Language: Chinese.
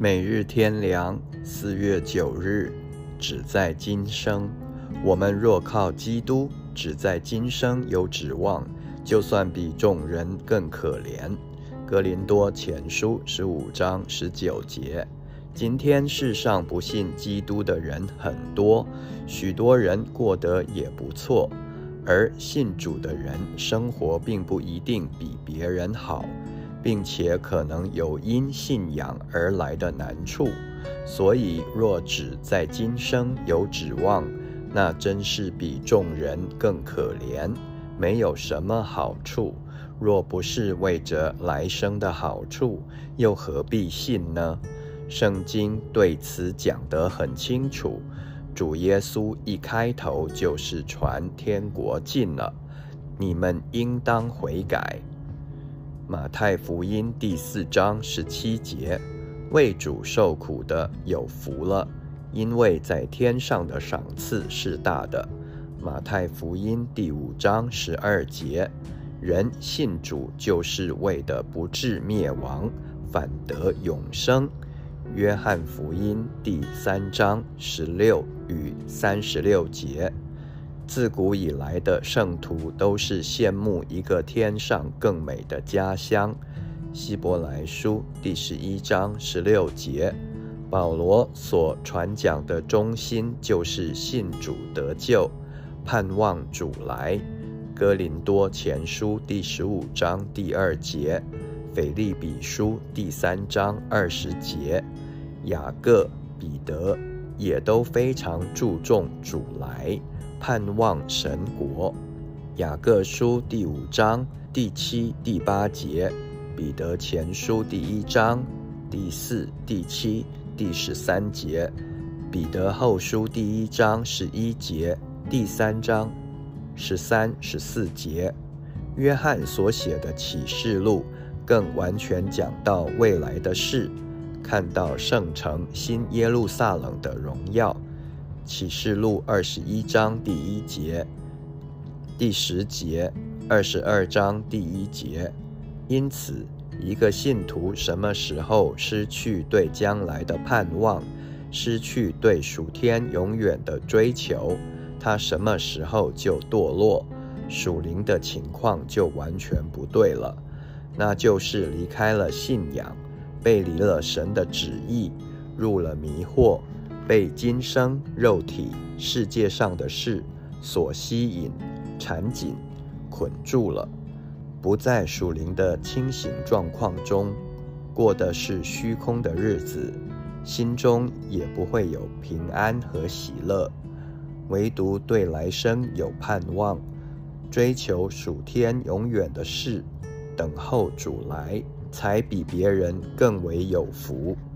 每日天良，4月9日，只在今生。我们若靠基督，只在今生有指望，就算比众人更可怜。哥林多前书15章19节。今天世上不信基督的人很多，许多人过得也不错，而信主的人生活并不一定比别人好，并且可能有因信仰而来的难处，所以若只在今生有指望，那真是比众人更可怜，没有什么好处。若不是为着来生的好处，又何必信呢？圣经对此讲得很清楚，主耶稣一开头就是传天国近了，你们应当悔改。马太福音第4章17节，为主受苦的有福了，因为在天上的赏赐是大的。马太福音第5章12节，人信主就是为的不至灭亡，反得永生。约翰福音第3章16与36节，自古以来的圣徒都是羡慕一个天上更美的家乡。希伯来书第11章16节，保罗所传讲的中心就是信主得救，盼望主来。哥林多前书第15章第2节，腓立比书第3章20节，雅各、彼得也都非常注重主来，盼望神国。雅各书第5章第7、第8节，彼得前书第1章第4、第7、第13节，彼得后书第1章11节，第3章13、14节。约翰所写的启示录更完全讲到未来的事，看到圣城新耶路撒冷的荣耀。启示录21章第1节、第10节、22章第1节。因此，一个信徒什么时候失去对将来的盼望，失去对属天永远的追求，他什么时候就堕落，属灵的情况就完全不对了，那就是离开了信仰，背离了神的旨意，入了迷惑，被今生肉体世界上的事所吸引、缠紧、捆住了，不在属灵的清醒状况中，过的是虚空的日子，心中也不会有平安和喜乐，唯独对来生有盼望，追求属天永远的事，等候主来，才比别人更为有福。